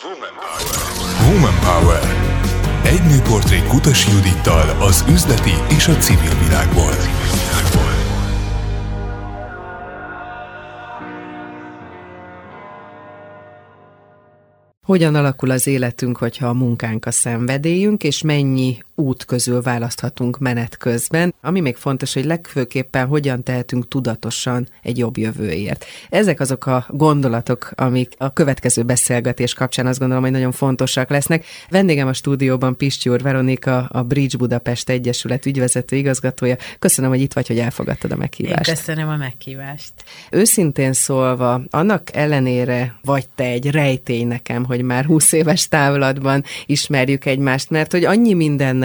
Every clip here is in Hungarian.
Woman Power. Egy nőportré Kutasi Judittal az üzleti és a civil világból. Hogyan alakul az életünk, hogyha a munkánk a szenvedélyünk, és mennyi út közül választhatunk menet közben, ami még fontos, hogy legfőképpen hogyan tehetünk tudatosan egy jobb jövőért. Ezek azok a gondolatok, amik a következő beszélgetés kapcsán azt gondolom, hogy nagyon fontosak lesznek. Vendégem a stúdióban Pistyúr Veronika, a Bridge Budapest Egyesület ügyvezető igazgatója. Köszönöm, hogy itt vagy, hogy elfogadtad a meghívást. Én köszönöm a meghívást. Őszintén szólva, annak ellenére vagy te egy rejtély nekem, hogy már 20 éves távlatban ismerjük egymást, mert hogy annyi mindennel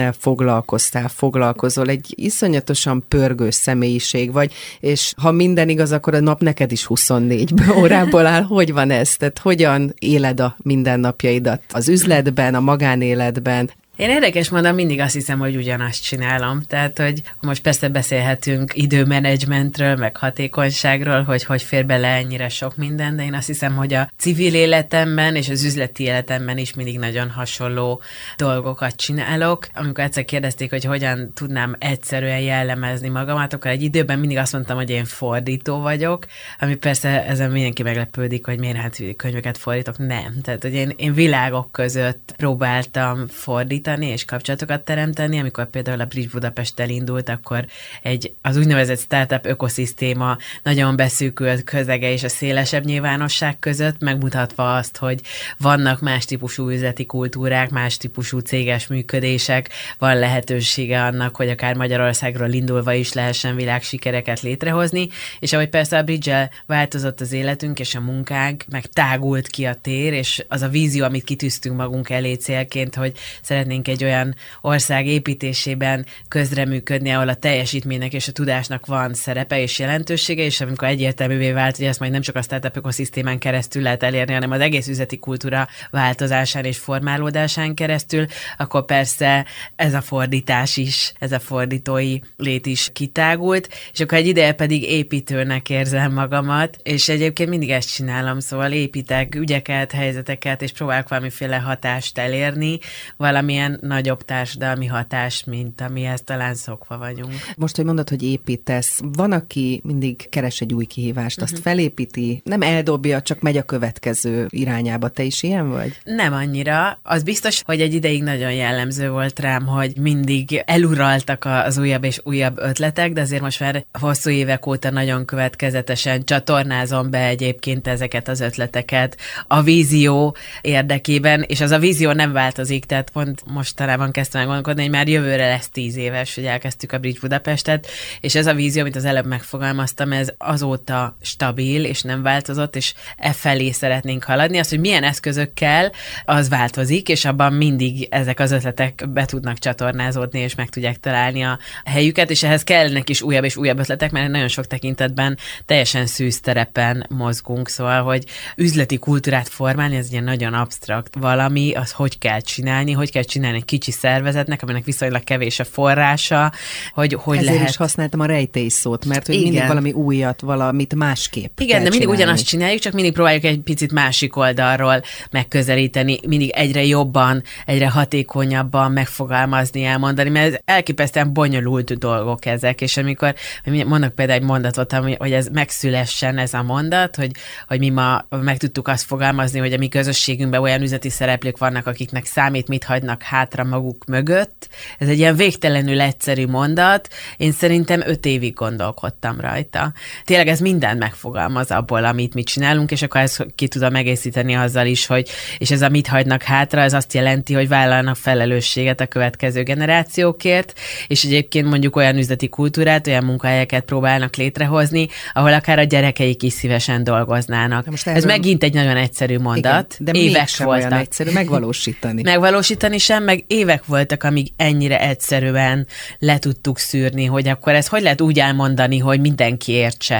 foglalkozol, egy iszonyatosan pörgős személyiség vagy, és ha minden igaz, akkor a nap neked is 24 órából áll. Hogy van ez? Tehát hogyan éled a mindennapjaidat az üzletben, a magánéletben? Én érdekes mondom, mindig azt hiszem, hogy ugyanazt csinálom. Tehát, hogy most persze beszélhetünk időmenedzsmentről, meg hatékonyságról, hogy fér bele ennyire sok minden, de én azt hiszem, hogy a civil életemben és az üzleti életemben is mindig nagyon hasonló dolgokat csinálok. Amikor egyszer kérdezték, hogy hogyan tudnám egyszerűen jellemezni magamat, akkor egy időben mindig azt mondtam, hogy én fordító vagyok, ami persze ezen mindenki meglepődik, hogy miért hát könyveket fordítok. Nem. Tehát, hogy én világok között próbáltam fordítani, és kapcsolatokat teremteni. Amikor például a Bridge Budapest elindult, akkor az úgynevezett startup ökoszisztéma nagyon beszűkült közege és a szélesebb nyilvánosság között, megmutatva azt, hogy vannak más típusú üzleti kultúrák, más típusú céges működések, van lehetősége annak, hogy akár Magyarországról indulva is lehessen világsikereket létrehozni, és ahogy persze a Bridge-el változott az életünk és a munkánk, meg tágult ki a tér, és az a vízió, amit kitűztünk magunk elé célként, hogy szeretnénk egy olyan ország építésében közreműködni, ahol a teljesítménynek és a tudásnak van szerepe és jelentősége, és amikor egyértelművé vált, hogy ezt majd nem csak a startup ökoszisztémán keresztül lehet elérni, hanem az egész üzleti kultúra változásán és formálódásán keresztül, akkor persze ez a fordítás is, ez a fordítói lét is kitágult, és akkor egy ideje pedig építőnek érzem magamat, és egyébként mindig ezt csinálom, szóval építek ügyeket, helyzeteket, és próbálok valamiféle hatást elérni, valamilyen nagyobb társadalmi hatás, mint amihez talán szokva vagyunk. Most, hogy mondod, hogy építesz, van, aki mindig keres egy új kihívást, azt felépíti, nem eldobja, csak megy a következő irányába. Te is ilyen vagy? Nem annyira. Az biztos, hogy egy ideig nagyon jellemző volt rám, hogy mindig eluraltak az újabb és újabb ötletek, de azért most már hosszú évek óta nagyon következetesen csatornázom be egyébként ezeket az ötleteket a vízió érdekében, és az a vízió nem változik, tehát pont mostanában kezdtem el gondolkodni, hogy már jövőre lesz 10 éves, hogy elkezdtük a Bridge Budapestet, és ez a vízió, amit az előbb megfogalmaztam, ez azóta stabil, és nem változott, és felé szeretnénk haladni. Az, hogy milyen eszközökkel, az változik, és abban mindig ezek az ötletek be tudnak csatornázódni, és meg tudják találni a helyüket, és ehhez kellnek is újabb és újabb ötletek, mert nagyon sok tekintetben teljesen szűz terepen mozgunk, szóval, hogy üzleti kultúrát formálni, ez egy nagyon absztrakt valami, az hogy kell csinálni egy kicsi szervezetnek, aminek viszonylag kevés a forrása, hogy ezért lehet... is használtam a rejtély szót, mert hogy mindig valami újat, valamit másképp Igen, de mindig ugyanazt csináljuk, csak mindig próbáljuk egy picit másik oldalról megközelíteni, mindig egyre jobban, egyre hatékonyabban megfogalmazni, elmondani, mert ez elképesztően bonyolult dolgok ezek, és amikor mondok például egy mondatot, hogy ez megszülessen ez a mondat, hogy mi ma meg tudtuk azt fogalmazni, hogy a mi közösségünkben olyan üzleti szereplők vannak, akiknek számít, mit hagynak hátra maguk mögött. Ez egy ilyen végtelenül egyszerű mondat. Én szerintem 5 évig gondolkodtam rajta. Tényleg ez mindent megfogalmaz abból, amit mi csinálunk, és akkor ezt ki tudom egészíteni azzal is, hogy és ez a mit hagynak hátra, ez azt jelenti, hogy vállalnak felelősséget a következő generációkért, és egyébként mondjuk olyan üzleti kultúrát, olyan munkahelyeket próbálnak létrehozni, ahol akár a gyerekeik is szívesen dolgoznának. Ez megint egy nagyon egyszerű mondat. Igen, de évek voltak. Olyan egyszerű megvalósítani sem, meg évek voltak, amíg ennyire egyszerűen le tudtuk szűrni, hogy akkor ezt hogy lehet úgy elmondani, hogy mindenki értse.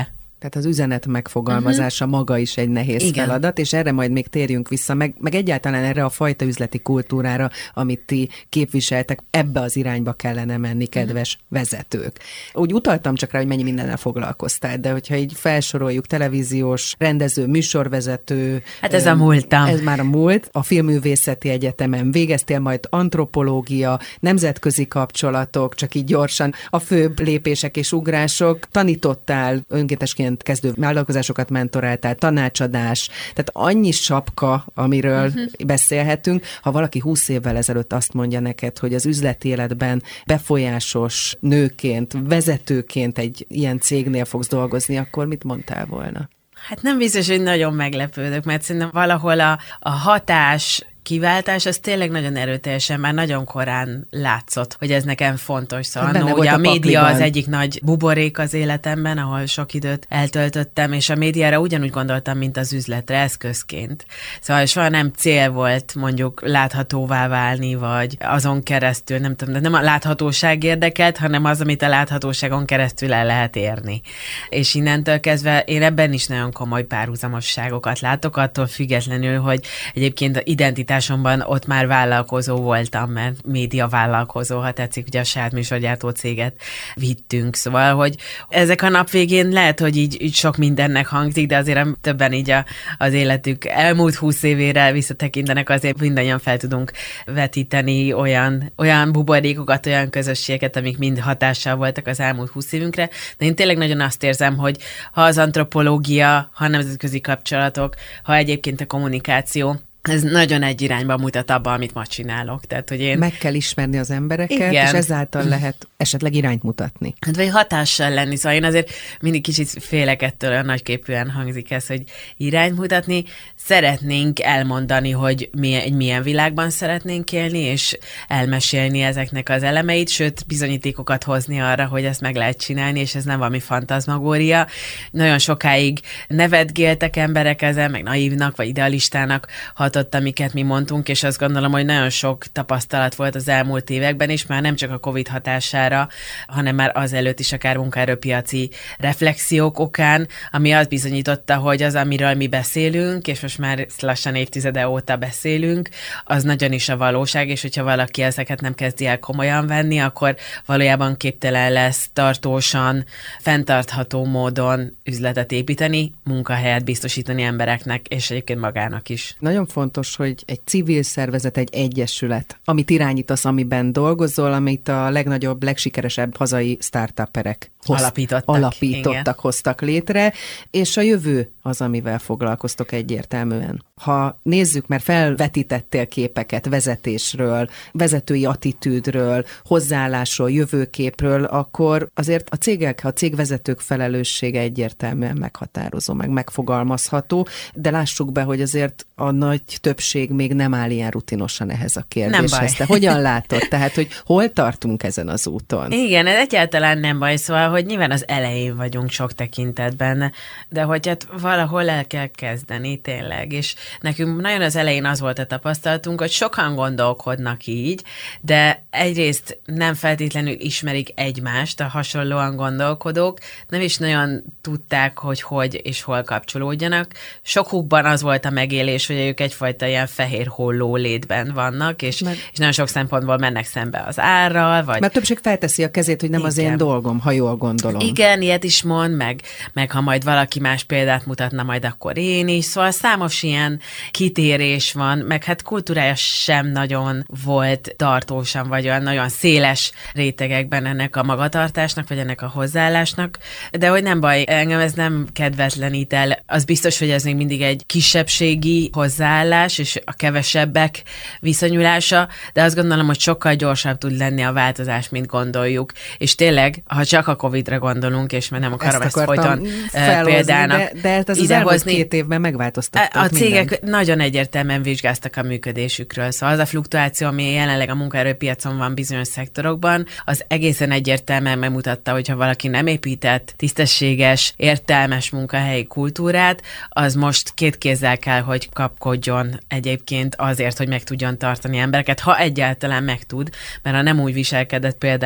Tehát az üzenet megfogalmazása maga is egy nehéz feladat, és erre majd még térjünk vissza, meg egyáltalán erre a fajta üzleti kultúrára, amit ti képviseltek, ebbe az irányba kellene menni, kedves vezetők. Úgy utaltam csak rá, hogy mennyi mindennel foglalkoztál, de hogyha így felsoroljuk, televíziós, rendező, műsorvezető. Hát ez a múltam. Ez már a múlt. A Filmművészeti Egyetemen végeztél, majd antropológia, nemzetközi kapcsolatok, csak így gyorsan a főbb lépések és ugrások. Tanítottál, önkéntesként kezdő vállalkozásokat mentoráltál, tanácsadás, tehát annyi sapka, amiről beszélhetünk. Ha valaki 20 évvel ezelőtt azt mondja neked, hogy az üzleti életben befolyásos nőként, vezetőként egy ilyen cégnél fogsz dolgozni, akkor mit mondtál volna? Hát nem biztos, hogy nagyon meglepődök, mert szerintem valahol a hatás kiváltás, az tényleg nagyon erőteljesen, már nagyon korán látszott, hogy ez nekem fontos. Szóval ugye a média az egyik nagy buborék az életemben, ahol sok időt eltöltöttem, és a médiára ugyanúgy gondoltam, mint az üzletre, eszközként. Szóval soha nem cél volt mondjuk láthatóvá válni, vagy azon keresztül, nem tudom, de nem a láthatóság érdekelt, hanem az, amit a láthatóságon keresztül el lehet érni. És innentől kezdve én ebben is nagyon komoly párhuzamosságokat látok, attól függetlenül, hogy egyébként identitásomban ott már vállalkozó voltam, mert média vállalkozó, ha tetszik, ugye a saját műsorgyártó céget vittünk. Szóval, hogy ezek a nap végén lehet, hogy így sok mindennek hangzik, de azért többen így az életük elmúlt 20 évére visszatekintenek, azért mindannyian fel tudunk vetíteni olyan buborékokat, olyan közösségeket, amik mind hatással voltak az elmúlt 20 évünkre. De én tényleg nagyon azt érzem, hogy ha az antropológia, ha a nemzetközi kapcsolatok, ha egyébként a kommunikáció, ez nagyon egy irányba mutat abba, amit ma csinálok. Tehát, hogy én... Meg kell ismerni az embereket, igen, és ezáltal lehet esetleg irányt mutatni. Hát vagy hatással lenni. Szóval én azért mindig kicsit félek ettől, olyan nagyképűen hangzik ez, hogy irányt mutatni. Szeretnénk elmondani, hogy milyen világban szeretnénk élni, és elmesélni ezeknek az elemeit, sőt, bizonyítékokat hozni arra, hogy ezt meg lehet csinálni, és ez nem valami fantazmagória. Nagyon sokáig nevetgéltek emberek ezen, meg naívnak, vagy idealistának amiket mi mondtunk, és azt gondolom, hogy nagyon sok tapasztalat volt az elmúlt években is, már nem csak a Covid hatására, hanem már azelőtt is akár munkaerőpiaci reflexiók okán, ami azt bizonyította, hogy az, amiről mi beszélünk, és most már lassan évtizede óta beszélünk, az nagyon is a valóság, és hogyha valaki ezeket nem kezdi el komolyan venni, akkor valójában képtelen lesz tartósan, fenntartható módon üzletet építeni, munkahelyet biztosítani embereknek, és egyébként magának is. Nagyon fontos, hogy egy civil szervezet, egy egyesület, amit irányítasz, amiben dolgozol, amit a legnagyobb, legsikeresebb hazai startuperek alapítottak, hoztak létre, és a jövő az, amivel foglalkoztok egyértelműen. Ha nézzük, mert felvetítettél képeket vezetésről, vezetői attitűdről, hozzáállásról, jövőképről, akkor azért a cégvezetők felelőssége egyértelműen meghatározó, meg megfogalmazható, de lássuk be, hogy azért a nagy többség még nem áll ilyen rutinosan ehhez a kérdéshez. Te hogyan látod? Tehát, hogy hol tartunk ezen az úton? Igen, ez egyáltalán nem baj, szóval, hogy nyilván az elején vagyunk sok tekintetben, de hogy hát valahol el kell kezdeni tényleg, és nekünk nagyon az elején az volt a tapasztalatunk, hogy sokan gondolkodnak így, de egyrészt nem feltétlenül ismerik egymást, a hasonlóan gondolkodók, nem is nagyon tudták, hogy és hol kapcsolódjanak. Sokukban az volt a megélés, hogy ők egyfajta ilyen fehér holló létben vannak, és nagyon sok szempontból mennek szembe az árral, vagy... Mert többség felteszi a kezét, hogy nem igen, az én dolgom, ha jól gondolom. Igen, ilyet is mond, meg ha majd valaki más példát mutatna, majd akkor én is. Szóval számos ilyen kitérés van, meg hát kultúrája sem nagyon volt tartósan, vagy olyan nagyon széles rétegekben ennek a magatartásnak, vagy ennek a hozzáállásnak, de hogy nem baj, engem ez nem kedvetlenít el. Az biztos, hogy ez még mindig egy kisebbségi hozzáállás, és a kevesebbek viszonyulása, de azt gondolom, hogy sokkal gyorsabb tud lenni a változás, mint gondoljuk. És tényleg, ha csak a Covid-ra gondolunk, és mert nem akarom ezt folyton példának de ez az elmúlt 2 évben megváltoztattak a cégek nagyon egyértelműen vizsgáztak a működésükről. Szóval az a fluktuáció, ami jelenleg a munkaerőpiacon van bizonyos szektorokban, az egészen egyértelműen megmutatta, hogyha valaki nem épített tisztességes, értelmes munkahelyi kultúrát, az most 2 kézzel kell, hogy kapkodjon egyébként azért, hogy meg tudjon tartani embereket, ha egyáltalán meg tud, mert ha nem úgy viselkedett például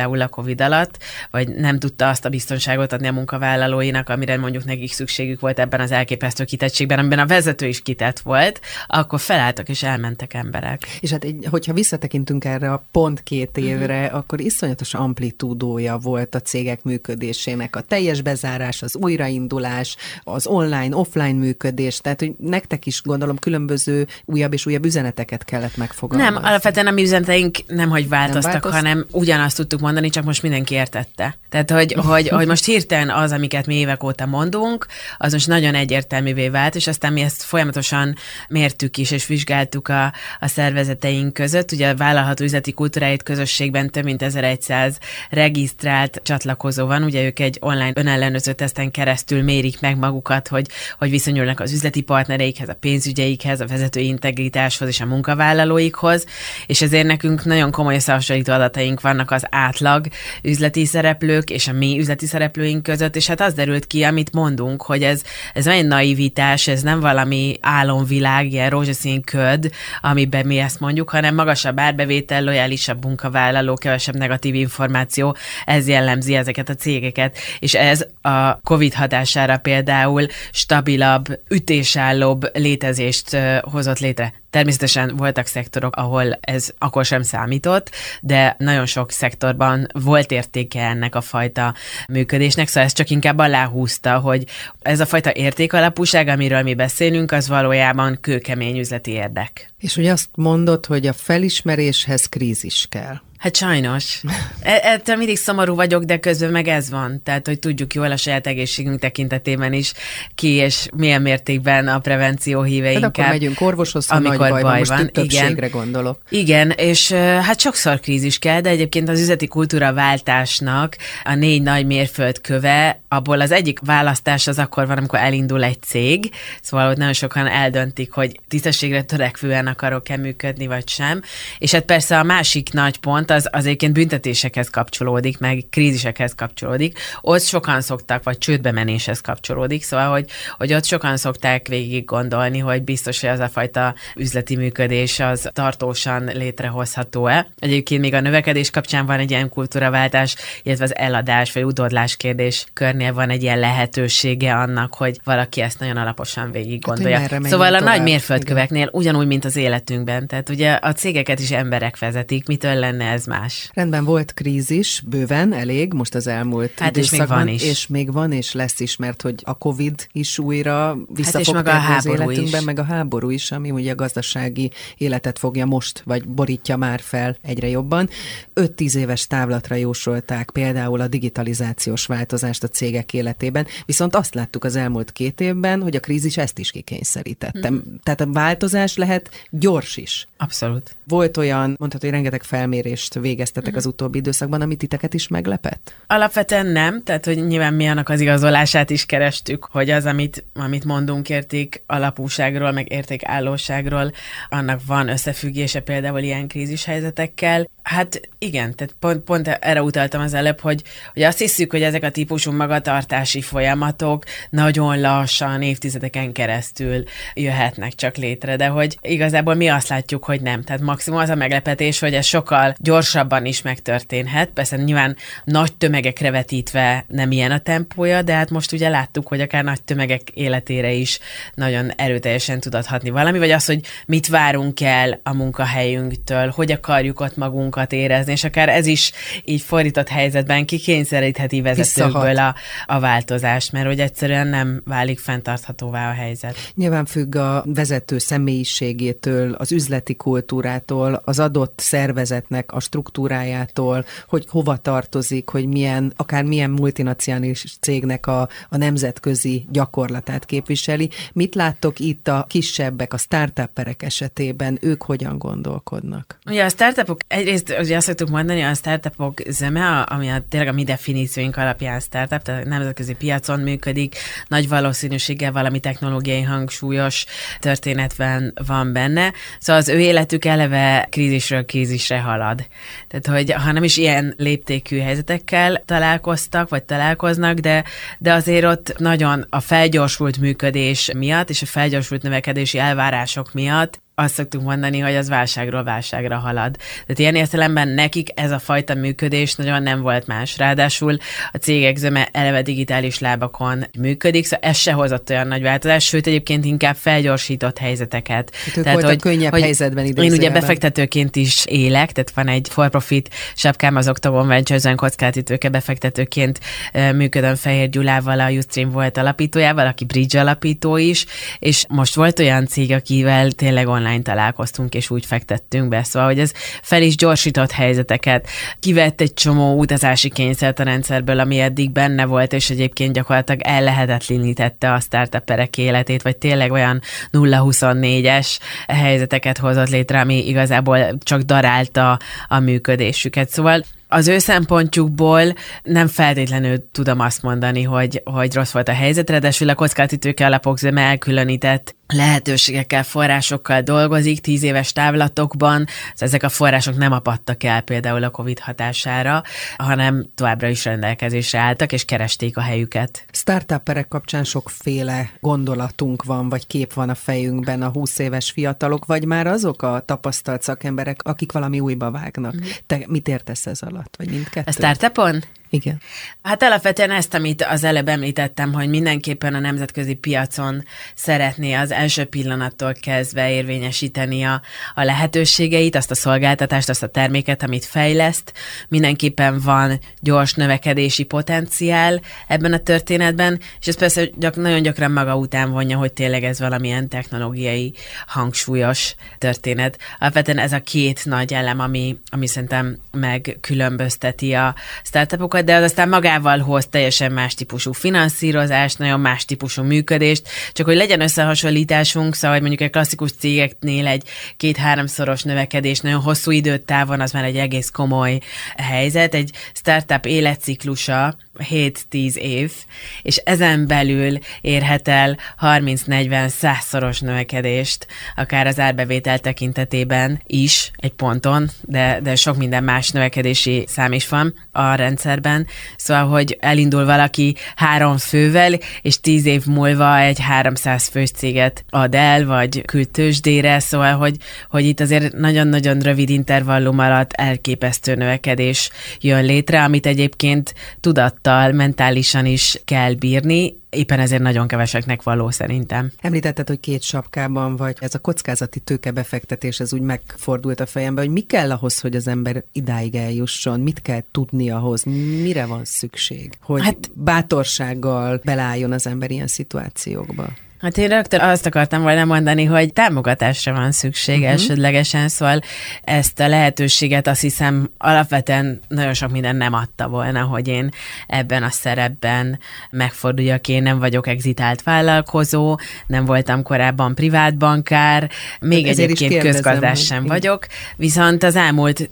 például a Covid alatt, vagy nem tudta azt a biztonságot adni a munkavállalóinak, amire mondjuk nekik szükségük volt ebben az elképesztő kitettségben, amiben a vezető is kitett volt, akkor felálltak és elmentek emberek. És hát hogyha visszatekintünk erre a pont 2 évre, akkor iszonyatos amplitúdója volt a cégek működésének, a teljes bezárás, az újraindulás, az online-offline működés, tehát hogy nektek is gondolom különböző újabb és újabb üzeneteket kellett megfogalmazni. Nem, alapvetően a mi üzeneteink nem hogy változtak, hanem ugyanazt tudtuk mondani, csak most mindenki értette. Tehát, hogy most hirtelen az, amiket mi évek óta mondunk, az most nagyon egyértelművé vált, és aztán mi ezt folyamatosan mértük is, és vizsgáltuk a szervezeteink között. Ugye a vállalható üzleti kultúráit közösségben több mint 1100 regisztrált csatlakozó van, ugye ők egy online önellenőrző teszten keresztül mérik meg magukat, hogy viszonyulnak az üzleti partnereikhez, a pénzügyeikhez, a vezetői integritáshoz és a munkavállalóikhoz, és ezért nekünk nagyon komoly összehasonlító adataink vannak az átlag üzleti szereplők és a mi üzleti szereplőink között, és hát az derült ki, amit mondunk, hogy ez egy naivitás, ez nem valami álomvilág, ilyen rózsaszín köd, amiben mi ezt mondjuk, hanem magasabb árbevétel, lojálisabb munkavállaló, kevesebb negatív információ, ez jellemzi ezeket a cégeket, és ez a Covid hatására például stabilabb, ütésállóbb létezést hozott létre. Természetesen voltak szektorok, ahol ez akkor sem számított, de nagyon sok szektorban volt értéke ennek a fajta működésnek, szóval ez csak inkább aláhúzta, hogy ez a fajta értékalapúság, amiről mi beszélünk, az valójában kőkemény üzleti érdek. És ugye azt mondod, hogy a felismeréshez krízis kell. Hát sajnos. Ettől mindig szomorú vagyok, de közben meg ez van. Tehát, hogy tudjuk jól a saját egészségünk tekintetében is ki, és milyen mértékben a prevenció híve inkább. Akkor megyünk orvoshoz, ha nagy baj van, most többségre gondolok. Igen, és hát sokszor krízis kell, de egyébként az üzleti kultúra váltásnak a 4 nagy mérföldköve, abból az egyik választás az akkor van, amikor elindul egy cég, szóval ott nagyon sokan eldöntik, hogy tisztességre törekvően akarok-e működni, vagy sem. És hát persze a másik nagy pont, az egyébként büntetésekhez kapcsolódik, meg krízisekhez kapcsolódik. Ott sokan szoktak, vagy csődbemenéshez kapcsolódik, szóval, hogy ott sokan szokták végig gondolni, hogy biztos, hogy az a fajta üzleti működés az tartósan létrehozható-e. Egyébként még a növekedés kapcsán van egy ilyen kultúraváltás, illetve az eladás vagy udorlás kérdés körnél van egy ilyen lehetősége annak, hogy valaki ezt nagyon alaposan végig gondolja. Hát, szóval a nagy mérföldköveknél ugyanúgy, mint az életünkben. Tehát ugye a cégeket is emberek vezetik, mitől lenne ez más. Rendben, volt krízis, bőven, elég, most az elmúlt időszakban, és még van, és lesz is, mert hogy a Covid is újra vissza fog térni az életünkben, meg a háború is, ami ugye a gazdasági életet fogja most, vagy borítja már fel egyre jobban. 5-10 éves távlatra jósolták például a digitalizációs változást a cégek életében, viszont azt láttuk az elmúlt 2 évben, hogy a krízis ezt is kikényszerítette. Tehát a változás lehet gyors is. Abszolút. Volt olyan, mondhatod, hogy rengeteg felmérést végeztetek az utóbbi időszakban, ami titeket is meglepett? Alapvetően nem, tehát hogy nyilván mi annak az igazolását is kerestük, hogy az, amit mondunk érték alapúságról, meg értékállóságról, annak van összefüggése például ilyen krízishelyzetekkel. Hát igen, tehát pont erre utaltam az előbb, hogy azt hiszük, hogy ezek a típusú magatartási folyamatok nagyon lassan, évtizedeken keresztül jöhetnek csak létre, de hogy igazából mi azt látjuk, hogy nem. Tehát maximum az a meglepetés, hogy ez sokkal gyorsabban is megtörténhet. Persze nyilván nagy tömegekre vetítve nem ilyen a tempója, de hát most ugye láttuk, hogy akár nagy tömegek életére is nagyon erőteljesen tud adhatni valami, vagy az, hogy mit várunk el a munkahelyünktől, hogy akarjuk ott magunkat érezni, és akár ez is így fordított helyzetben kikényszerítheti vezetőkből a változást, mert hogy egyszerűen nem válik fenntarthatóvá a helyzet. Nyilván függ a vezető személyiségétől, az üzleti kultúrától, az adott szervezetnek a struktúrájától, hogy hova tartozik, hogy akár milyen multinacionális cégnek a nemzetközi gyakorlatát képviseli. Mit láttok itt a kisebbek, a startupperek esetében? Ők hogyan gondolkodnak? Ugye a startupok, egyrészt ugye azt szoktuk mondani, a startupok zöme, ami tényleg a mi definícióink alapján startup, tehát nemzetközi piacon működik, nagy valószínűséggel valami technológiai hangsúlyos történetben van benne. Szóval az ő életük eleve krízisről krízisre halad. Tehát, hogy ha nem is ilyen léptékű helyzetekkel találkoztak, vagy találkoznak, de azért ott nagyon a felgyorsult működés miatt, és a felgyorsult növekedési elvárások miatt azt szoktuk mondani, hogy az válságról válságra halad. Tehát ilyen értelemben nekik ez a fajta működés nagyon nem volt más. Ráadásul a cégek zöme eleve digitális lábakon működik, szóval ez se hozott olyan nagy változást, sőt egyébként inkább felgyorsított helyzeteket. Tehát hogy könnyebb helyzetben idézőjelben. Én ugye befektetőként is élek, tehát van egy for-profit sapkám, az Octagon Ventures-en kockázati tőke befektetőként működöm Fehér Gyulával, a Ustream volt alapítójával, aki Bridge alapító is, és most volt olyan cég, akivel tényleg online találkoztunk, és úgy fektettünk be, szóval, hogy ez fel is gyorsított helyzeteket, kivett egy csomó utazási kényszert a rendszerből, ami eddig benne volt, és egyébként gyakorlatilag ellehetetlenítette a startuperek életét, vagy tényleg olyan 0-24-es helyzeteket hozott létre, ami igazából csak darálta a működésüket. Szóval az ő szempontjukból nem feltétlenül tudom azt mondani, hogy rossz volt a helyzet, ráadásul a kockázati tőke alapok zöme elkülönített lehetőségekkel, forrásokkal dolgozik 10 éves távlatokban, ezek a források nem apadtak el például a Covid hatására, hanem továbbra is rendelkezésre álltak, és keresték a helyüket. Startuperek kapcsán sokféle gondolatunk van, vagy kép van a fejünkben, a 20 éves fiatalok, vagy már azok a tapasztalt szakemberek, akik valami újba vágnak. Te mit értesz ez alatt, vagy mindkettő? A startupon? Igen. Hát alapvetően ezt, amit az előbb említettem, hogy mindenképpen a nemzetközi piacon szeretné az első pillanattól kezdve érvényesíteni a lehetőségeit, azt a szolgáltatást, azt a terméket, amit fejleszt. Mindenképpen van gyors növekedési potenciál ebben a történetben, és ez persze nagyon gyakran maga után vonja, hogy tényleg ez valamilyen technológiai hangsúlyos történet. Alapvetően ez a két nagy elem, ami szerintem megkülönbözteti a startupokat, de az aztán magával hoz teljesen más típusú finanszírozást, nagyon más típusú működést, csak hogy legyen összehasonlításunk, szóval hogy mondjuk egy klasszikus cégeknél egy 2-3-szoros növekedés nagyon hosszú időtávon, az már egy egész komoly helyzet, egy startup életciklusa 7-10 év, és ezen belül érhet el 30-40-100-szoros növekedést, akár az árbevétel tekintetében is egy ponton, de sok minden más növekedési szám is van a rendszerben. Szóval, hogy elindul valaki 3 fővel, és 10 év múlva egy 300 fős céget ad el, vagy küld tőzsdére, szóval, hogy itt azért nagyon-nagyon rövid intervallum alatt elképesztő növekedés jön létre, amit egyébként tudattal, mentálisan is kell bírni, éppen ezért nagyon keveseknek való szerintem. Említetted, hogy 2 sapkában vagy. Ez a kockázati tőkebefektetés, ez úgy megfordult a fejembe, hogy mi kell ahhoz, hogy az ember idáig eljusson? Mit kell tudni ahhoz? Mire van szükség? Hogy bátorsággal beleálljon az ember ilyen szituációkba? Hát én rögtön azt akartam volna mondani, hogy támogatásra van szükség elsődlegesen, szóval ezt a lehetőséget azt hiszem alapvetően nagyon sok minden nem adta volna, hogy én ebben a szerepben megforduljak. Én nem vagyok exitált vállalkozó, nem voltam korábban privátbankár, még egyébként közgazdás sem vagyok, viszont az elmúlt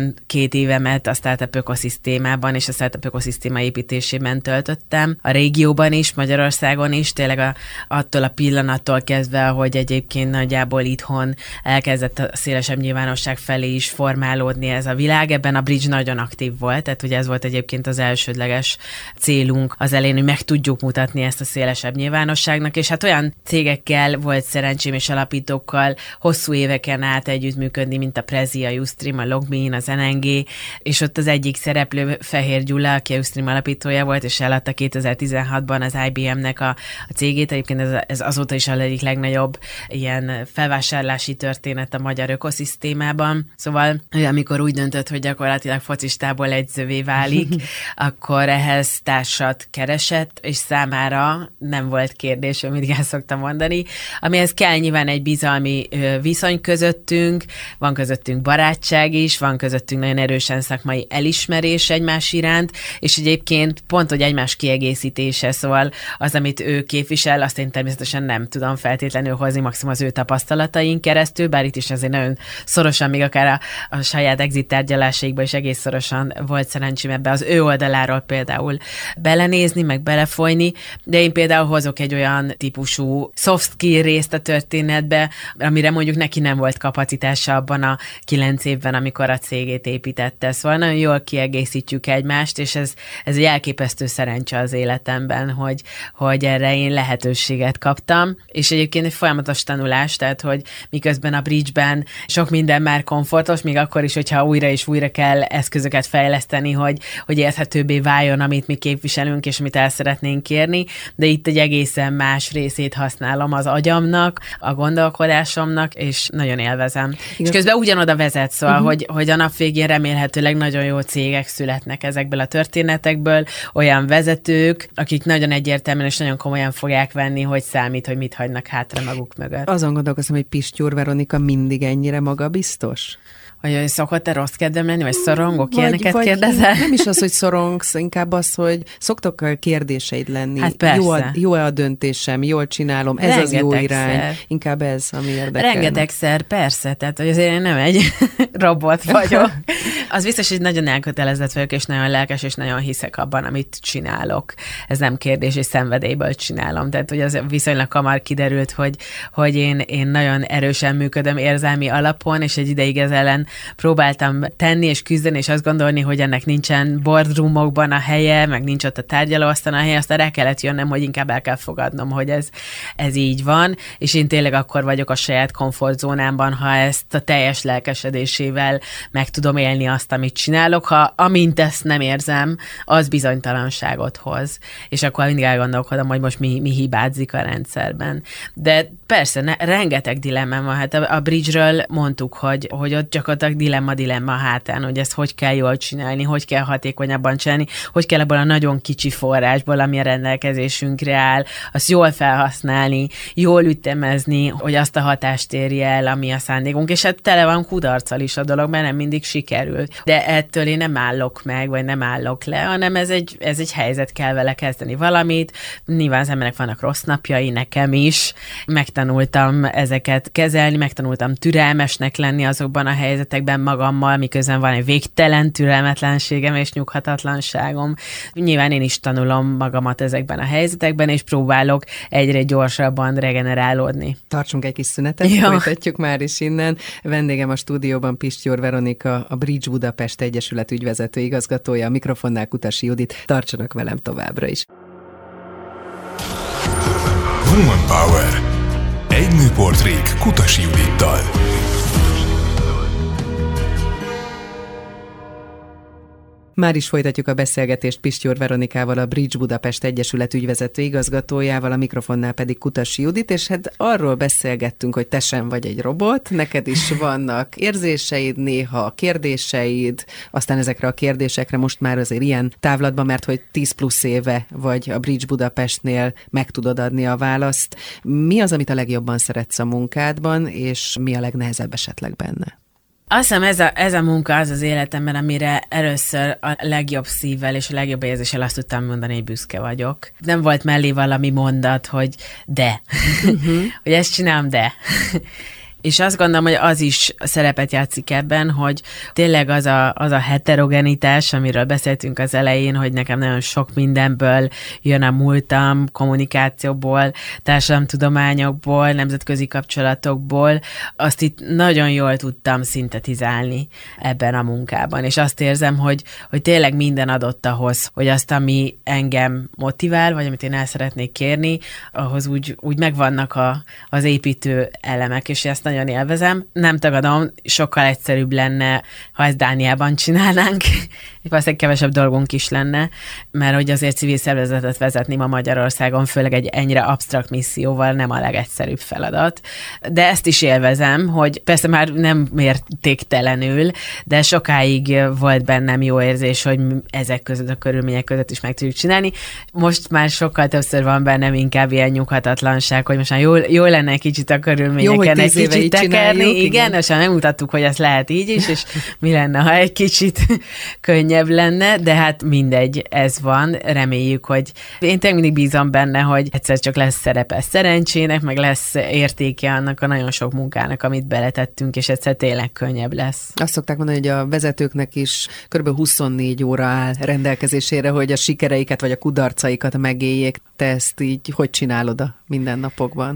12 évemet a startup ökoszisztémában és a startup ökoszisztéma építésében töltöttem, a régióban is, Magyarországon is, tényleg attól a pillanattól kezdve, hogy egyébként nagyjából itthon elkezdett a szélesebb nyilvánosság felé is formálódni ez a világ. Ebben a Bridge nagyon aktív volt, tehát ugye ez volt egyébként az elsődleges célunk az elején, hogy meg tudjuk mutatni ezt a szélesebb nyilvánosságnak, és hát olyan cégekkel volt szerencsém és alapítókkal hosszú éveken át együttműködni, mint a Prezi, a Ustream, a Logmein, az NNG, és ott az egyik szereplő Fehér Gyula, aki a Ustream alapítója volt, és eladta 2016-ban az IBM-nek a cégét. Egyébként ez azóta is a egyik legnagyobb ilyen felvásárlási történet a magyar ökoszisztémában. Szóval amikor úgy döntött, hogy gyakorlatilag focistából edzővé válik, akkor ehhez társat keresett, és számára nem volt kérdés, amit el szoktam mondani. Amihez kell nyilván egy bizalmi viszony közöttünk, van közöttünk barátság is, van közöttünk nagyon erősen szakmai elismerés egymás iránt, és egyébként pont, hogy egymás kiegészítése, szóval az, amit ő képvisel, azt én természetesen nem tudom feltétlenül hozni, maximum az ő tapasztalataink keresztül, bár itt is azért nagyon szorosan, még akár a saját exit tárgyalásaikban is egész szorosan volt szerencsém ebbe az ő oldaláról például belenézni, meg belefolyni, de én például hozok egy olyan típusú soft skill részt a történetbe, amire mondjuk neki nem volt kapacitása abban a 9 évben, amikor a cégét építette. Szóval nagyon jól kiegészítjük egymást, és ez egy elképesztő szerencse az életemben, hogy erre én lehetőséget megkaptam, és egyébként egy folyamatos tanulás, tehát hogy miközben a bridge-ben sok minden már komfortos, még akkor is, hogyha újra és újra kell eszközöket fejleszteni, hogy érthetőbbé váljon, amit mi képviselünk, és amit el szeretnénk kérni, de itt egy egészen más részét használom az agyamnak, a gondolkodásomnak, és nagyon élvezem. Igen. És közben ugyanoda vezet, szóval, hogy a nap végén remélhetőleg nagyon jó cégek születnek ezekből a történetekből, olyan vezetők, akik nagyon egyértelműen és nagyon komolyan fogják venni, hogy számít, hogy mit hagynak hátra maguk mögött. Azon gondolkozom, hogy Pistyúr Veronika mindig ennyire magabiztos? Vagy szokott-e rossz kedvem lenni, vagy szorongok? Ilyeneket kérdezel? Nem is az, hogy szorongsz, inkább az, hogy szoktok kérdéseid lenni. Hát persze. Jó-e a döntésem, jól csinálom, ez az jó irány. Inkább ez, ami érdekel. Rengetegszer, persze, tehát hogy azért én nem egy robot vagyok. Az biztos, hogy nagyon elkötelezett vagyok, és nagyon lelkes, és nagyon hiszek abban, amit csinálok. Ez nem kérdés, és szenvedélyből csinálom. Tehát, hogy az viszonylag hamar kiderült, hogy én nagyon erősen működöm érzelmi alapon, és egy ideig ez ellen próbáltam tenni és küzdeni, és azt gondolni, hogy ennek nincsen boardroomokban a helye, meg nincs ott a tárgyalóasztalon a helye, aztán rá kellett jönnöm, hogy inkább el kell fogadnom, hogy ez így van, és én tényleg akkor vagyok a saját komfortzónámban, ha ezt a teljes lelkesedésével meg tudom élni azt, amit csinálok, ha amint ezt nem érzem, az bizonytalanságot hoz. És akkor mindig elgondolkodom, hogy most mi hibázik a rendszerben. De persze, rengeteg dilemmám van. Hát a bridge-ről mondtuk, hogy ott gyakorlatilag dilemma a hátán, hogy ezt hogy kell jól csinálni, hogy kell hatékonyabban csinálni, hogy kell ebből a nagyon kicsi forrásból, ami a rendelkezésünkre áll, azt jól felhasználni, jól ütemezni, hogy azt a hatást érje el, ami a szándékunk, és hát tele van kudarccal is a dolog, mert nem mindig sikerül. De ettől én nem állok meg, vagy nem állok le, hanem ez egy helyzet, kell vele kezdeni valamit. Nyilván az emberek vannak rossz napjai, nekem is. Megtanultam ezeket kezelni, megtanultam türelmesnek lenni azokban a helyzetekben magammal, miközben van egy végtelen türelmetlenségem és nyughatatlanságom. Nyilván én is tanulom magamat ezekben a helyzetekben, és próbálok egyre gyorsabban regenerálódni. Tartsunk egy kis szünetet, folytatjuk már is innen. Vendégem a stúdióban Pistyúr Veronika, a Bridge Budapest Egyesület ügyvezető igazgatója, a mikrofonnál Kutasi Judit. Tartsanak velem továbbra is. Woman Power. Egy nőportrék Kutasi Judittal. Már is folytatjuk a beszélgetést Pistyúr Veronikával, a Bridge Budapest Egyesület ügyvezető igazgatójával, a mikrofonnál pedig Kutasi Judit, és hát arról beszélgettünk, hogy te sem vagy egy robot, neked is vannak érzéseid, néha kérdéseid, aztán ezekre a kérdésekre most már azért ilyen távlatban, mert hogy 10 plusz éve vagy a Bridge Budapestnél meg tudod adni a választ. Mi az, amit a legjobban szeretsz a munkádban, és mi a legnehezebb esetleg benne? Azt hiszem ez a munka az életemben, amire először a legjobb szívvel és a legjobb érzéssel azt tudtam mondani, hogy büszke vagyok. Nem volt mellé valami mondat, hogy de. Hogy ezt csinálom, de. És azt gondolom, hogy az is szerepet játszik ebben, hogy tényleg az a heterogenitás, amiről beszéltünk az elején, hogy nekem nagyon sok mindenből jön a múltam, kommunikációból, társadalomtudományokból, nemzetközi kapcsolatokból, azt itt nagyon jól tudtam szintetizálni ebben a munkában. És azt érzem, hogy tényleg minden adott ahhoz, hogy azt, ami engem motivál, vagy amit én el szeretnék kérni, ahhoz úgy megvannak az építő elemek, és ezt nagyon élvezem. Nem tagadom, sokkal egyszerűbb lenne, ha ezt Dániában csinálnánk, és valószínűleg kevesebb dolgunk is lenne, mert hogy azért civil szervezetet vezetni ma Magyarországon, főleg egy ennyire absztrakt misszióval nem a legegyszerűbb feladat. De ezt is élvezem, hogy persze már nem mértéktelenül, de sokáig volt bennem jó érzés, hogy ezek között a körülmények között is meg tudjuk csinálni. Most már sokkal többször van bennem inkább ilyen nyughatatlanság, hogy most már jó lenne egy kicsit a körülményeken egy kicsit tekerni. Igen, és nem mutattuk, hogy ez lehet így is, és mi lenne, ha egy kicsit könnyebb lenne, de hát mindegy, ez van. Reméljük, hogy én tényleg mindig bízom benne, hogy egyszer csak lesz szerepe szerencsének, meg lesz értéke annak a nagyon sok munkának, amit beletettünk, és egyszer tényleg könnyebb lesz. Azt szokták mondani, hogy a vezetőknek is kb. 24 óra áll rendelkezésére, hogy a sikereiket vagy a kudarcaikat megéljék. Te ezt így hogy csinálod a mindennapokban?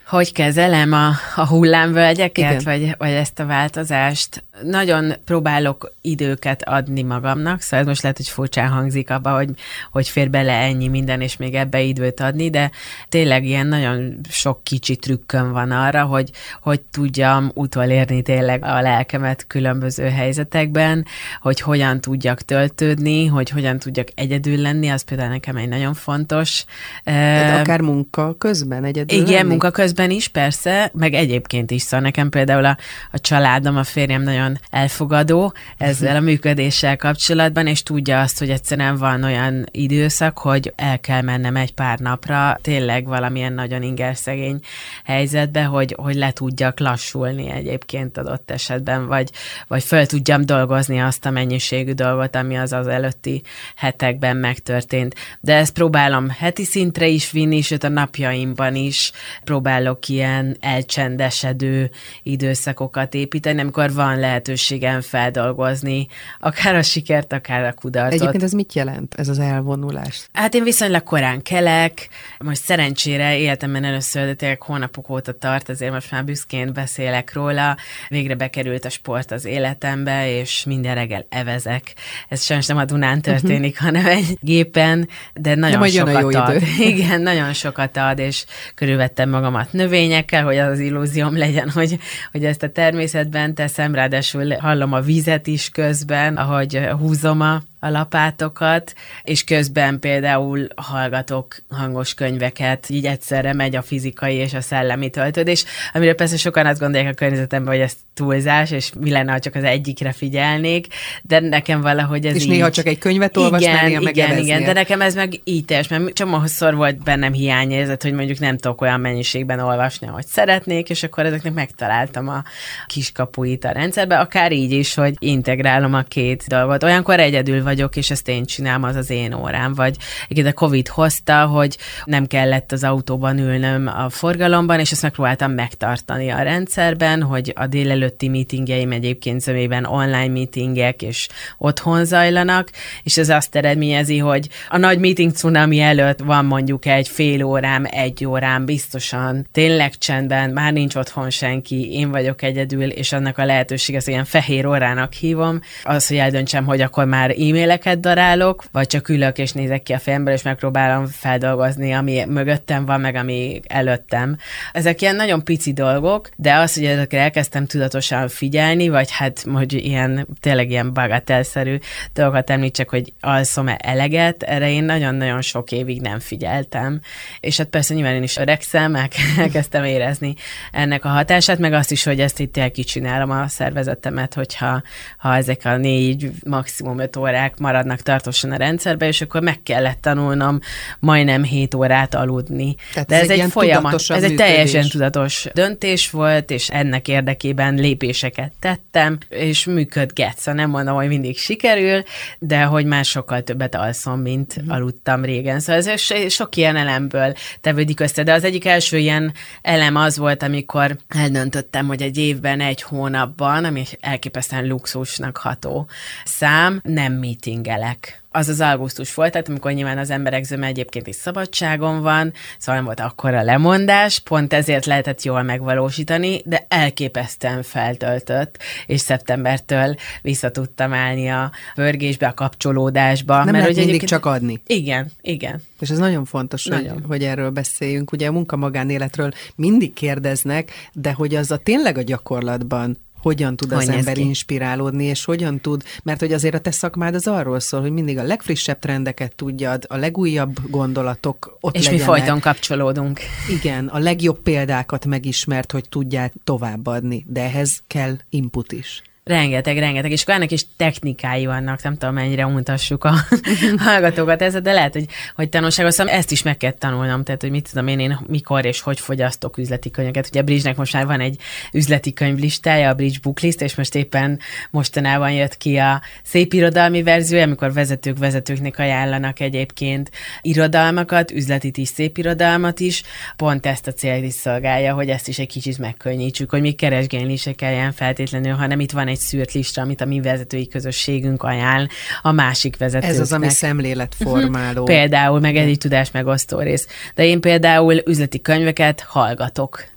Hogy kezelem a hullámvölgyeket, vagy ezt a változást? Nagyon próbálok időket adni magamnak, szóval ez most lehet, hogy furcsán hangzik abba, hogy fér bele ennyi minden, és még ebbe időt adni, de tényleg ilyen nagyon sok kicsi trükköm van arra, hogy tudjam utolérni tényleg a lelkemet különböző helyzetekben, hogy hogyan tudjak töltődni, hogy hogyan tudjak egyedül lenni, az például nekem egy nagyon fontos. Tehát akár munka közben egyedül igen, lenni? Munka közben is, persze, meg egyébként is, szóval nekem például a családom, a férjem nagyon elfogadó ezzel a működéssel kapcsolatban, és tudja azt, hogy egyszerűen van olyan időszak, hogy el kell mennem egy pár napra, tényleg valamilyen nagyon ingerszegény helyzetbe, hogy le tudjak lassulni egyébként adott esetben, vagy föl tudjam dolgozni azt a mennyiségű dolgot, ami az előtti hetekben megtörtént. De ezt próbálom heti szintre is vinni, sőt a napjaimban is próbálok ilyen elcsendesedő időszakokat építeni, amikor van lehetőségem feldolgozni akár a sikert, akár a kudarcot. Egyébként ez mit jelent, ez az elvonulás? Hát én viszonylag korán kelek, most szerencsére életemben először, de tényleg hónapok óta tart, ezért most már büszkén beszélek róla. Végre bekerült a sport az életembe, és minden reggel evezek. Ez sajnos nem a Dunán történik, hanem egy gépen, de nagyon sokat ad. Igen, nagyon sokat ad, és körülvettem magamat növényekkel, hogy az illúzióm legyen, hogy ezt a természetben teszem, ráadásul hallom a vizet is közben, ahogy húzom a lapátokat, és közben például hallgatok hangos könyveket, így egyszerre megy a fizikai és a szellemi töltődés, amiről persze sokan azt gondolják a környezetemben, hogy ez túlzás, és mi lenne, ha csak az egyikre figyelnék, de nekem valahogy ez és így... néha csak egy könyvet olvasnál, igen, de nekem ez meg így teljes, mert csomószor volt bennem hiányérzet, hogy mondjuk nem tudok olyan mennyiségben olvasni, ahogy szeretnék, és akkor ezeknek megtaláltam a kiskapuit a rendszerbe, akár így is, hogy integrálom a két dolgot. Olyankor egyedül vagyok, és ezt én csinálom, az az én órám, vagy a Covid hozta, hogy nem kellett az autóban ülnöm a forgalomban, és ezt megpróbáltam megtartani a rendszerben, hogy a délelőtti meetingjeim egyébként zömében online meetingek, és otthon zajlanak, és ez azt eredményezi, hogy a nagy meeting cunami előtt van mondjuk egy fél órám, egy órám biztosan, tényleg csendben, már nincs otthon senki, én vagyok egyedül, és annak a lehetőség, ezt ilyen fehér órának hívom, az, hogy eldöntsem, hogy akkor már e-maileket darálok, vagy csak ülök és nézek ki a fejemből, és megpróbálom feldolgozni, ami mögöttem van, meg ami előttem. Ezek ilyen nagyon pici dolgok, de az, hogy ezekre elkezdtem tudatosan figyelni, vagy hát, hogy ilyen, tényleg ilyen bagatelszerű dolgokat említsek, hogy alszom-e eleget, erre én nagyon-nagyon sok évig nem figyeltem. És hát persze nyilván én is öregszem, elkezdtem érezni ennek a hatását, meg azt is, hogy ezt itt elkicsinálom a szervezetemet, hogyha ezek a 4, maximum 5 órák maradnak tartósan a rendszerbe, és akkor meg kellett tanulnom majdnem 7 órát aludni. Tehát de ez egy folyamat, ez egy teljesen tudatos döntés volt, és ennek érdekében lépéseket tettem, és működget. Szóval nem mondom, hogy mindig sikerül, de hogy már sokkal többet alszom, mint aludtam régen. Szóval ez sok ilyen elemből tevődik össze, de az egyik első ilyen elem az volt, amikor eldöntöttem, hogy egy évben, egy hónapban, ami elképesztően luxusnak ható szám, nem meetingelek. Az augusztus volt, tehát amikor nyilván az emberek zöme egyébként is szabadságon van, szóval nem volt akkora lemondás, pont ezért lehetett jól megvalósítani, de elképesztően feltöltött, és szeptembertől vissza tudtam állni a pörgésbe, a kapcsolódásba. Nem lehet mindig csak adni. Igen. És ez nagyon fontos, hogy erről beszéljünk. Ugye a munka-magánéletről mindig kérdeznek, de hogy az tényleg a gyakorlatban hogyan tud az ember inspirálódni, és hogyan tud, mert hogy azért a te szakmád az arról szól, hogy mindig a legfrissebb trendeket tudjad, a legújabb gondolatok ott és legyenek. Mi folyton kapcsolódunk. Igen, a legjobb példákat megismert, hogy tudják továbbadni, de ehhez kell input is. Rengeteg, és ennek is technikái vannak, nem tudom, mennyire mutassuk a hallgatókat ezzel, de lehet, hogy tanulságos, szóval ezt is meg kell tanulnom, tehát, hogy mit tudom én mikor és hogy fogyasztok üzleti könyveket. Ugye a Bridge-nek most már van egy üzleti könyvlistája, a Bridge Booklist, és most éppen mostanában jött ki a szép irodalmi verziója, amikor vezetőknek ajánlanak egyébként irodalmakat, üzletit is, szép irodalmat is, pont ezt a célt is szolgálja, hogy ezt is egy kicsit megkönnyítsük, hogy még keresgélni se kelljen feltétlenül, hanem itt van egy szűrt lista, amit a mi vezetői közösségünk ajánl a másik vezetőknek. Ez az, ami szemléletformáló. Például, meg egy tudás megosztó rész. De én például üzleti könyveket hallgatok.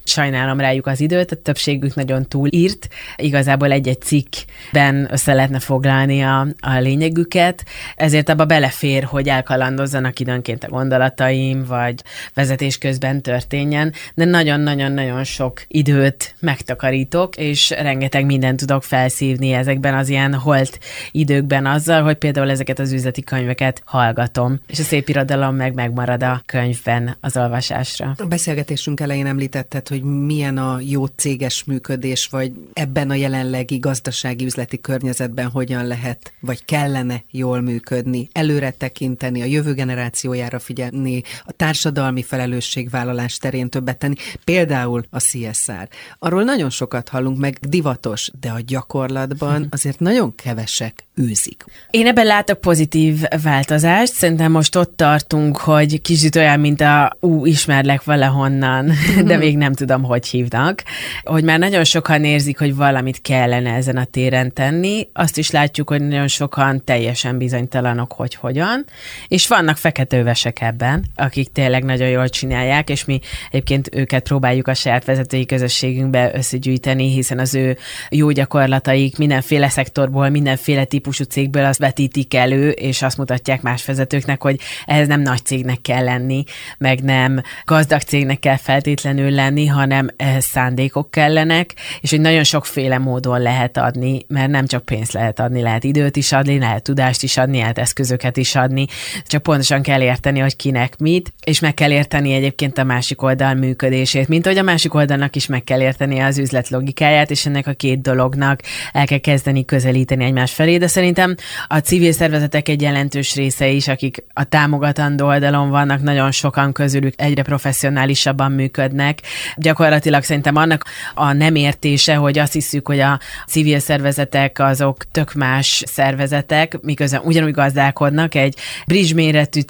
sajnálom rájuk az időt, a többségük nagyon túlírt, igazából egy-egy cikkben össze lehetne foglalni a lényegüket, ezért abba belefér, hogy elkalandozzanak időnként a gondolataim, vagy vezetés közben történjen, de nagyon-nagyon-nagyon sok időt megtakarítok, és rengeteg mindent tudok felszívni ezekben az ilyen holt időkben azzal, hogy például ezeket az üzleti könyveket hallgatom, és a szép irodalom megmarad a könyvben az olvasásra. A beszélgetésünk elején említetted, hogy milyen a jó céges működés, vagy ebben a jelenlegi gazdasági üzleti környezetben hogyan lehet, vagy kellene jól működni, előre tekinteni, a jövő generációjára figyelni, a társadalmi felelősségvállalás terén többet tenni, például a CSR. Arról nagyon sokat hallunk, meg divatos, de a gyakorlatban azért nagyon kevesek űzik. Én ebben látok pozitív változást, szerintem most ott tartunk, hogy kicsit olyan, mint ismerlek valahonnan, de még nem tudom, hogy hívnak, hogy már nagyon sokan érzik, hogy valamit kellene ezen a téren tenni, azt is látjuk, hogy nagyon sokan teljesen bizonytalanok, hogy hogyan, és vannak feketővesek ebben, akik tényleg nagyon jól csinálják, és mi egyébként őket próbáljuk a saját vezetői közösségünkbe összegyűjteni, hiszen az ő jó gyakorlataik mindenféle szektorból, mindenféle típusú cégből azt vetítik elő, és azt mutatják más vezetőknek, hogy ehhez nem nagy cégnek kell lenni, meg nem gazdag cégnek kell feltétlenül lenni, hanem ehhez szándékok kellenek, és hogy nagyon sokféle módon lehet adni, mert nem csak pénzt lehet adni, lehet időt is adni, lehet tudást is adni, lehet eszközöket is adni, csak pontosan kell érteni, hogy kinek mit, és meg kell érteni egyébként a másik oldal működését, mint hogy a másik oldalnak is meg kell érteni az üzlet logikáját, és ennek a két dolognak el kell kezdeni közelíteni egymás felé, de szerintem a civil szervezetek egy jelentős része is, akik a támogatandó oldalon vannak, nagyon sokan közülük egyre professzionálisabban működnek. Gyakorlatilag szerintem annak a nem értése, hogy azt hiszük, hogy a civil szervezetek azok tök más szervezetek, miközben ugyanúgy gazdálkodnak, egy bridge méretű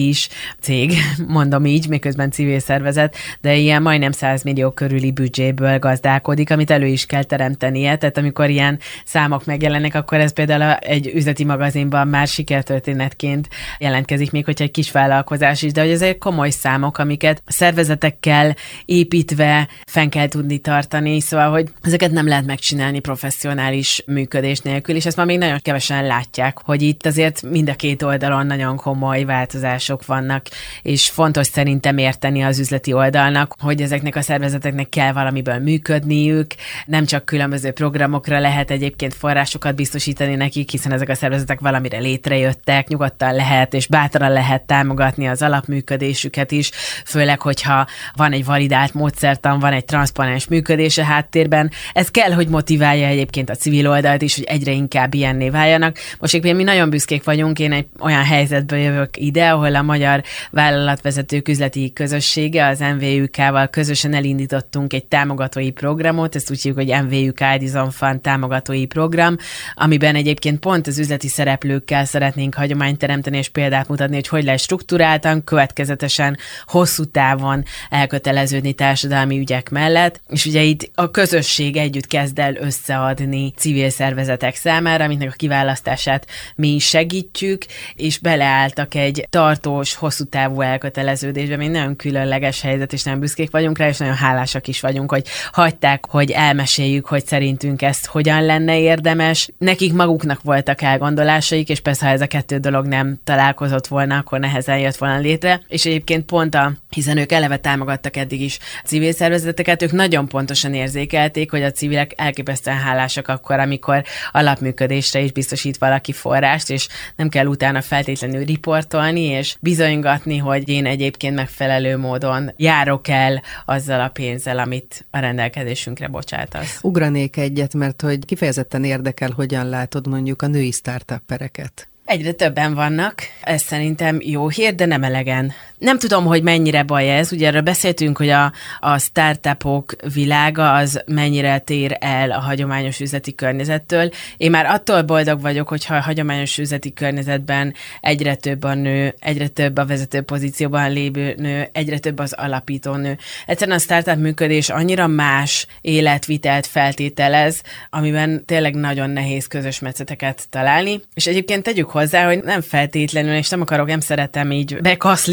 cég, mondom így, miközben civil szervezet, de ilyen majdnem 100 millió körüli büdzséből gazdálkodik, amit elő is kell teremtenie, tehát amikor ilyen számok megjelennek, akkor ez például egy üzleti magazinban már sikertörténetként jelentkezik, még hogyha egy kis vállalkozás is, de hogy ezek komoly számok, amiket szervezetekkel építve fenn kell tudni tartani, szóval, hogy ezeket nem lehet megcsinálni professzionális működés nélkül, és ezt már még nagyon kevesen látják, hogy itt azért mind a két oldalon nagyon komoly változások vannak, és fontos szerintem érteni az üzleti oldalnak, hogy ezeknek a szervezeteknek kell valamiből működniük, nem csak különböző programokra lehet egyébként forrásokat biztosítani nekik, hiszen ezek a szervezetek valamire létrejöttek, nyugodtan lehet és bátran lehet támogatni az alapműködésüket is, főleg, hogyha van egy validált módszertan, van egy transzparens működés a háttérben. Ez kell, hogy motiválja egyébként a civil oldalt is, hogy egyre inkább ilyenné váljanak. Most éppen mi nagyon büszkék vagyunk, én egy olyan helyzetből jövök ide, ahol a Magyar Vállalatvezetők Üzleti Közössége, az MVUK-val közösen elindítottunk egy támogatói programot, ezt úgy hívjuk, hogy MVUK Edison Fund támogatói program, amiben egyébként pont az üzleti szereplőkkel szeretnénk hagyományt teremteni és példát mutatni, hogy lehet strukturáltan, következetesen, hosszú távon elköteleződni társadalmi ügyek mellett, és ugye itt a közösség együtt kezd el összeadni civil szervezetek számára, amiknek a kiválasztását mi is segítjük, és beleálltak egy tartós, hosszú távú elköteleződésbe, ami nagyon különleges helyzet, és nagyon büszkék vagyunk rá, és nagyon hálásak is vagyunk, hogy hagyták, hogy elmeséljük, hogy szerintünk ezt hogyan lenne érdemes. Nekik maguknak voltak elgondolásaik, és persze, ha ez a kettő dolog nem találkozott volna, akkor nehezen jött volna létre, és egyébként pont hiszen ők eleve támogattak eddig is civil szervezeteket, ők nagyon pontosan érzékelték, hogy a civilek elképesztően hálásak akkor, amikor alapműködésre is biztosít valaki forrást, és nem kell utána feltétlenül riportolni, és bizonygatni, hogy én egyébként megfelelő módon járok el azzal a pénzzel, amit a rendelkezésünkre bocsátasz. Ugranék egyet, mert hogy kifejezetten érdekel, hogyan látod mondjuk a női startuppereket. Egyre többen vannak, ez szerintem jó hír, de nem elegen. Nem tudom, hogy mennyire baj ez, ugye erről beszéltünk, hogy a startupok világa az mennyire tér el a hagyományos üzleti környezettől. Én már attól boldog vagyok, hogyha a hagyományos üzleti környezetben egyre több a nő, egyre több a vezető pozícióban lévő nő, egyre több az alapító nő. Egyszerűen a startup működés annyira más életvitelt feltételez, amiben tényleg nagyon nehéz közös metszeteket találni, és egyébként tegyük hozzá, hogy nem feltétlenül, és nem szeretem így bekaszlizni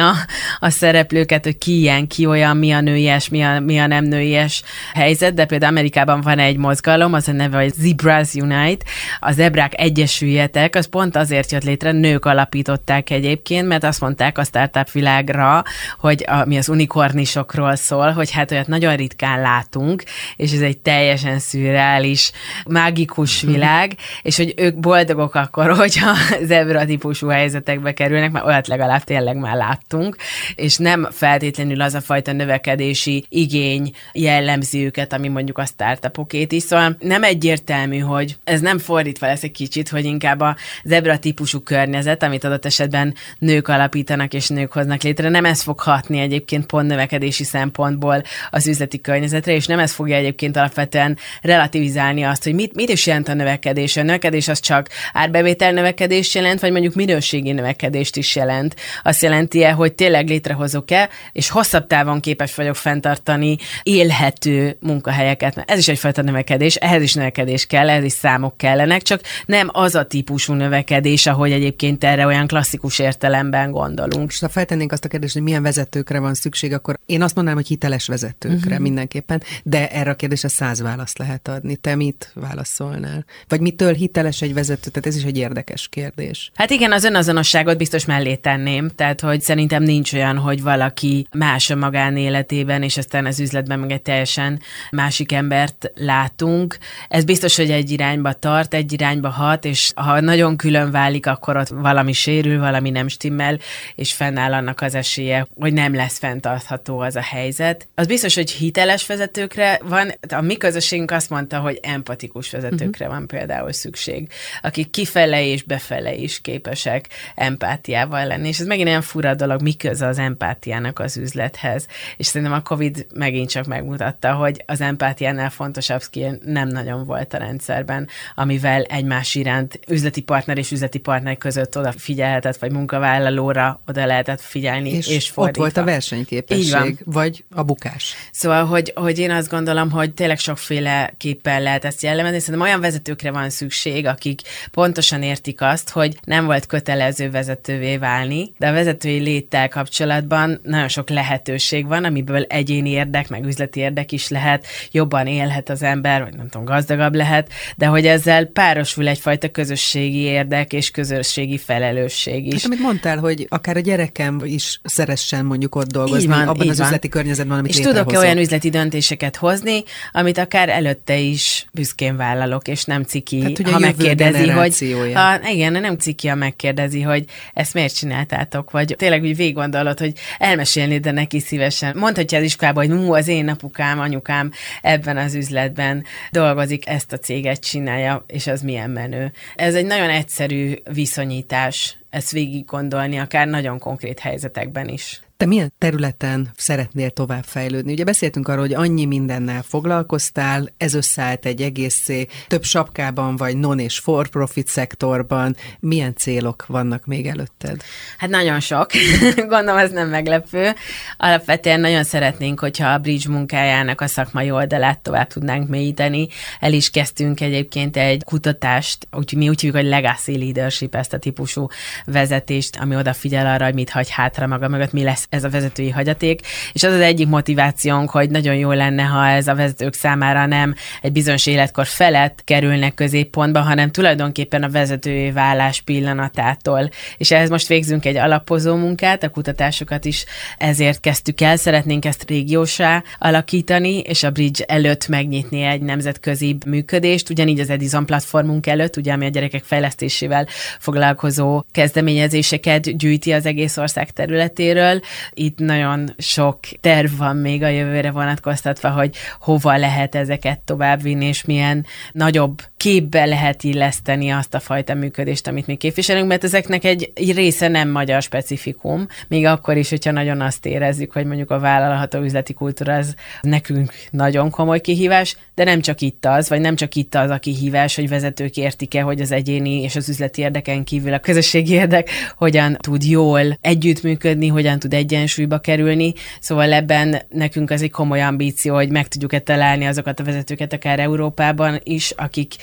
a szereplőket, hogy ki ilyen, ki olyan, mi a nőies, mi a nem nőies helyzet, de például Amerikában van egy mozgalom, az a neve, hogy Zebras Unite, a zebrák egyesüljetek, az pont azért jött létre, nők alapították egyébként, mert azt mondták a startup világra, hogy mi az unikornisokról szól, hogy hát olyat nagyon ritkán látunk, és ez egy teljesen szürreális, mágikus világ, és hogy ők boldogok akkor, hogyha zebra típusú helyzetekbe kerülnek, mert olyat legalább tényleg már láttunk, és nem feltétlenül az a fajta növekedési igény jellemzi őket, ami mondjuk a startupokét is. Szóval nem egyértelmű, hogy ez nem fordítva lesz egy kicsit, hogy inkább a zebra típusú környezet, amit adott esetben nők alapítanak és nők hoznak létre, nem ez fog hatni egyébként pont növekedési szempontból az üzleti környezetre, és nem ez fogja egyébként alapvetően relativizálni azt, hogy mit is jelent a növekedés. A növekedés az csak árbevétel növekedést jelent, vagy mondjuk minőségi növekedést is jelent. Azt jelenti-e, hogy tényleg létrehozok-e, és hosszabb távon képes vagyok fenntartani élhető munkahelyeket. Ez is egyfajta növekedés, ehhez is növekedés kell, ehhez is számok kellenek, csak nem az a típusú növekedés, ahogy egyébként erre olyan klasszikus értelemben gondolunk. És ha feltennénk azt a kérdést, hogy milyen vezetőkre van szükség, akkor én azt mondanám, hogy hiteles vezetőkre mindenképpen, de erre a kérdésre 100 választ lehet adni. Te mit válaszolnál? Vagy mitől hiteles egy vezető? Tehát ez is egy érdekes kérdés. Hát igen, az önazonosságot biztos mellé tenném, tehát hogy szerintem nincs olyan, hogy valaki más a magánéletében, és aztán az üzletben meg egy teljesen másik embert látunk. Ez biztos, hogy egy irányba tart, egy irányba hat, és ha nagyon külön válik, akkor ott valami sérül, valami nem stimmel, és fennáll annak az esélye, hogy nem lesz fenntartható az a helyzet. Az biztos, hogy hiteles vezetőkre van. A mi közösségünk azt mondta, hogy empatikus vezetőkre van például szükség, akik kifele és befele is képesek empátiával lenni. És ez megint olyan fura dolog, mi köze az empátiának az üzlethez. És szerintem a Covid megint csak megmutatta, hogy az empátiánál fontosabb skill nem nagyon volt a rendszerben, amivel egymás iránt üzleti partner és üzleti partner között odafigyelhetett, vagy munkavállalóra oda lehetett figyelni, és fordítva. Ott volt a versenyképesség, vagy a bukás. Szóval, hogy én azt gondolom, hogy tényleg sokféleképpen lehet ezt jellemezni. Szerintem olyan vezetőkre van szükség, akik pontosan értik azt, hogy nem volt kötelező vezetővé válni, de a vezetői léttel kapcsolatban nagyon sok lehetőség van, amiből egyéni érdek, meg üzleti érdek is lehet, jobban élhet az ember, vagy nem tudom, gazdagabb lehet, de hogy ezzel párosul egyfajta közösségi érdek és közösségi felelősség is. Hát amit mondtál, hogy akár a gyerekem is szeressen mondjuk ott dolgozni, abban az üzleti környezetben, amit létrehozok. És tudok-e olyan üzleti döntéseket hozni, amit akár előtte is büszkén vállalok, és nem ciki, tehát, ha megkérdezi, hogy igen, nem ciki, ha megkérdezi, hogy ezt miért csináltátok, vagy tényleg úgy végig gondolod, hogy elmesélni, de neki szívesen. Mondhatja az iskolában, hogy az én apukám, anyukám ebben az üzletben dolgozik, ezt a céget csinálja, és az milyen menő. Ez egy nagyon egyszerű viszonyítás, ezt végig gondolni, akár nagyon konkrét helyzetekben is. Te milyen területen szeretnél tovább fejlődni? Ugye beszéltünk arról, hogy annyi mindennel foglalkoztál, ez összeállt egy egészé, több sapkában vagy non- és for-profit szektorban. Milyen célok vannak még előtted? Hát nagyon sok. Gondolom, ez nem meglepő. Alapvetően nagyon szeretnénk, hogyha a Bridge munkájának a szakmai oldalát tovább tudnánk mélyíteni. El is kezdtünk egyébként egy kutatást, mi úgy hívjuk, hogy legacy leadership, ezt a típusú vezetést, ami odafigyel arra, hogy mit hagy hátra maga mögött, mi lesz ez a vezetői hagyaték, és az az egyik motivációnk, hogy nagyon jó lenne, ha ez a vezetők számára nem egy bizonyos életkor felett kerülnek középpontba, hanem tulajdonképpen a vezetői válás pillanatától. És ehhez most végzünk egy alapozó munkát, a kutatásokat is ezért kezdtük el, szeretnénk ezt régiósá alakítani, és a Bridge előtt megnyitni egy nemzetközi működést, ugyanígy az Edison platformunk előtt, ugye, ami a gyerekek fejlesztésével foglalkozó kezdeményezéseket gyűjti az egész ország területéről. Itt nagyon sok terv van még a jövőre vonatkoztatva, hogy hova lehet ezeket továbbvinni, és milyen nagyobb képbe lehet illeszteni azt a fajta működést, amit mi képviselünk, mert ezeknek egy része nem magyar specifikum, még akkor is, hogyha nagyon azt érezzük, hogy mondjuk a vállalható üzleti kultúra az nekünk nagyon komoly kihívás, de nem csak itt az, vagy nem csak itt az a kihívás, hogy vezetők értik-e, hogy az egyéni és az üzleti érdeken kívül a közösségi érdek hogyan tud jól együttműködni, hogyan tud egyensúlyba kerülni. Szóval ebben nekünk az egy komoly ambíció, hogy meg tudjuk-e találni azokat a vezetőket akár Európában is, akik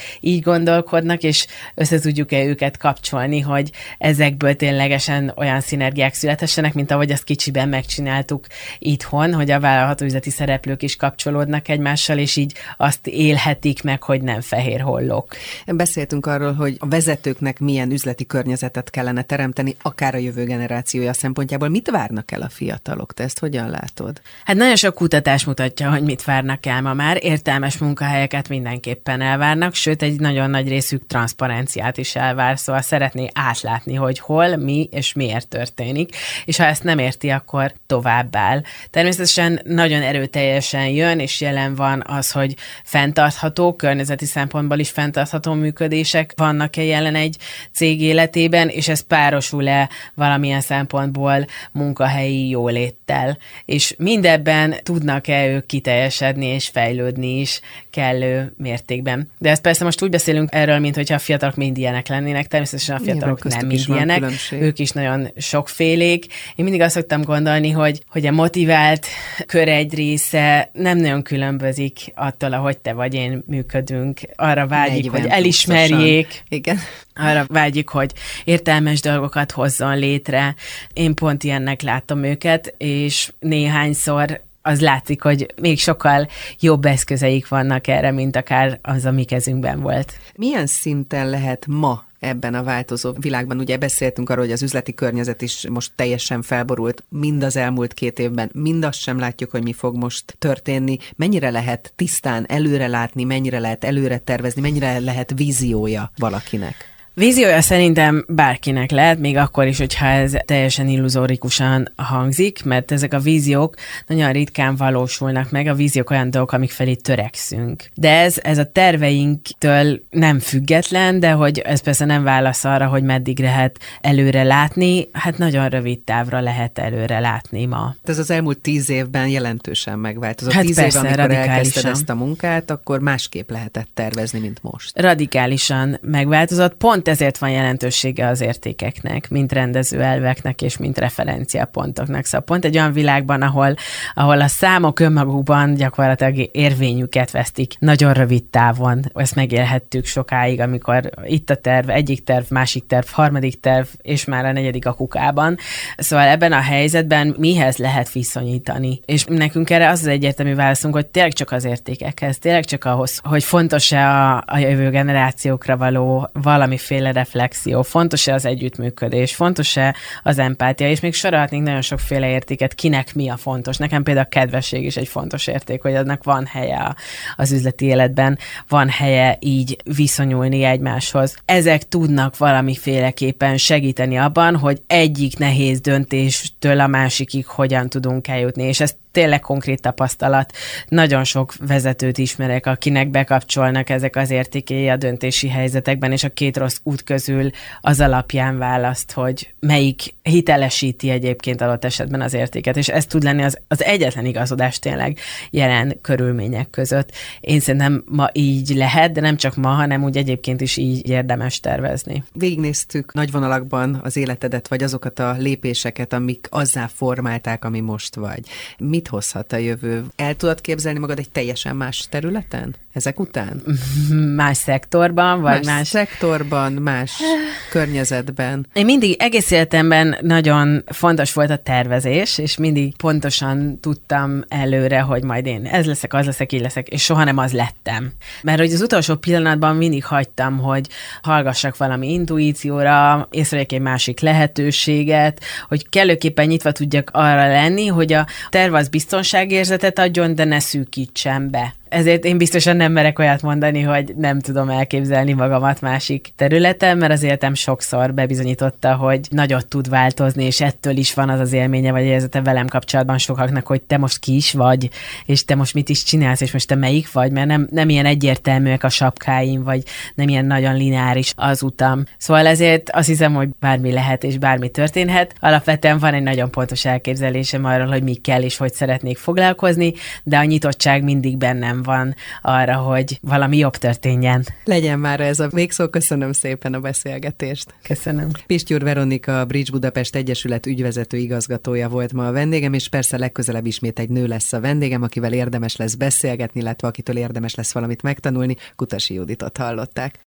így gondolkodnak, és össze tudjuk-e őket kapcsolni, hogy ezekből ténylegesen olyan szinergiák születhessenek, mint ahogy azt kicsiben megcsináltuk itthon, hogy a vállalható üzleti szereplők is kapcsolódnak egymással, és így azt élhetik meg, hogy nem fehér hollók. Beszéltünk arról, hogy a vezetőknek milyen üzleti környezetet kellene teremteni, akár a jövő generációja szempontjából. Mit várnak el a fiatalok? Te ezt hogyan látod? Hát nagyon sok kutatás mutatja, hogy mit várnak el ma már. Értelmes munkahelyeket mindenképpen elvárnak, sőt egy nagyon nagy részük transzparenciát is elvár, szóval szeretné átlátni, hogy hol, mi és miért történik, és ha ezt nem érti, akkor továbbáll. Természetesen nagyon erőteljesen jön, és jelen van az, hogy fenntartható, környezeti szempontból is fenntartható működések vannak-e jelen egy cég életében, és ez párosul-e valamilyen szempontból munkahelyi jóléttel. És mindebben tudnak-e ők kiteljesedni és fejlődni is kellő mértékben. De ezt persze most úgy beszélünk erről, mint hogyha a fiatalok mind ilyenek lennének, természetesen a fiatalok nem mind ilyenek, ők is nagyon sokfélék. Én mindig azt szoktam gondolni, hogy a motivált kör egy része nem nagyon különbözik attól, ahogy te vagy én működünk. Arra vágyik, hogy elismerjék. Igen. Arra vágyik, hogy értelmes dolgokat hozzon létre. Én pont ilyennek látom őket, és néhányszor az látszik, hogy még sokkal jobb eszközeik vannak erre, mint akár az a mi kezünkben volt. Milyen szinten lehet ma ebben a változó világban? Ugye beszéltünk arról, hogy az üzleti környezet is most teljesen felborult, mind az elmúlt 2 évben, mind azt sem látjuk, hogy mi fog most történni. Mennyire lehet tisztán előre látni, mennyire lehet előre tervezni, mennyire lehet víziója valakinek? Víziója szerintem bárkinek lehet, még akkor is, hogyha ez teljesen illuzórikusan hangzik, mert ezek a víziók nagyon ritkán valósulnak meg, a víziók olyan dolgok, amik felé törekszünk. De ez a terveinktől nem független, de hogy ez persze nem válasz arra, hogy meddig lehet előre látni, hát nagyon rövid távra lehet előre látni ma. Ez az elmúlt 10 évben jelentősen megváltozott. Hát 10 persze, év, amikor elkezdted radikálisan ezt a munkát, akkor másképp lehetett tervezni, mint most. Radikálisan megváltozott, pont ezért van jelentősége az értékeknek, mint rendező elveknek és mint referenciapontoknak. Szóval pont egy olyan világban, ahol a számok önmagukban gyakorlatilag érvényüket vesztik nagyon rövid távon. Ezt megélhettük sokáig, amikor itt a terv, egyik terv, másik terv, harmadik terv, és már a 4. a kukában. Szóval ebben a helyzetben mihez lehet viszonyítani? És nekünk erre az egyértelmű válaszunk, hogy tényleg csak az értékekhez, tényleg csak ahhoz, hogy fontos-e a jövő generációkra való valamiféle reflexió, fontos-e az együttműködés, fontos-e az empátia, és még sorolhatnénk nagyon sokféle értéket, kinek mi a fontos. Nekem például a kedvesség is egy fontos érték, hogy annak van helye az üzleti életben, van helye így viszonyulni egymáshoz. Ezek tudnak valamiféleképpen segíteni abban, hogy egyik nehéz döntéstől a másikig hogyan tudunk eljutni, és ez tényleg konkrét tapasztalat. Nagyon sok vezetőt ismerek, akinek bekapcsolnak ezek az értékei a döntési helyzetekben, és a 2 rossz út közül az alapján választ, hogy melyik hitelesíti egyébként adott esetben az értéket, és ez tud lenni az egyetlen igazodás tényleg jelen körülmények között. Én szerintem ma így lehet, de nem csak ma, hanem úgy egyébként is így érdemes tervezni. Végignéztük nagy vonalakban az életedet, vagy azokat a lépéseket, amik azzá formálták, ami most vagy. Mit hozhat a jövő? El tudod képzelni magad egy teljesen más területen ezek után? Más szektorban, vagy más szektorban, más környezetben? Én mindig egész életemben nagyon fontos volt a tervezés, és mindig pontosan tudtam előre, hogy majd én ez leszek, az leszek, így leszek, és soha nem az lettem. Mert hogy az utolsó pillanatban mindig hagytam, hogy hallgassak valami intuícióra, észrevegyek egy másik lehetőséget, hogy kellőképpen nyitva tudjak arra lenni, hogy a terv az biztonságérzetet adjon, de ne szűkítsen be. Ezért én biztosan nem merek olyat mondani, hogy nem tudom elképzelni magamat másik területen, mert az életem sokszor bebizonyította, hogy nagyot tud változni, és ettől is van az az élménye, vagy érzete velem kapcsolatban sokaknak, hogy te most ki is vagy, és te most mit is csinálsz, és most te melyik vagy, mert nem ilyen egyértelműek a sapkáim, vagy nem ilyen nagyon lineáris az utam. Szóval ezért azt hiszem, hogy bármi lehet, és bármi történhet. Alapvetően van egy nagyon pontos elképzelésem arról, hogy mi kell, és hogy szeretnék foglalkozni, de a nyitottság mindig bennem esélyem van arra, hogy valami jobb történjen. Legyen már ez a végszó, köszönöm szépen a beszélgetést. Köszönöm. Pistyúr Veronika, a Bridge Budapest Egyesület ügyvezető igazgatója volt ma a vendégem, és persze legközelebb ismét egy nő lesz a vendégem, akivel érdemes lesz beszélgetni, illetve akitől érdemes lesz valamit megtanulni. Kutasi Juditot hallották.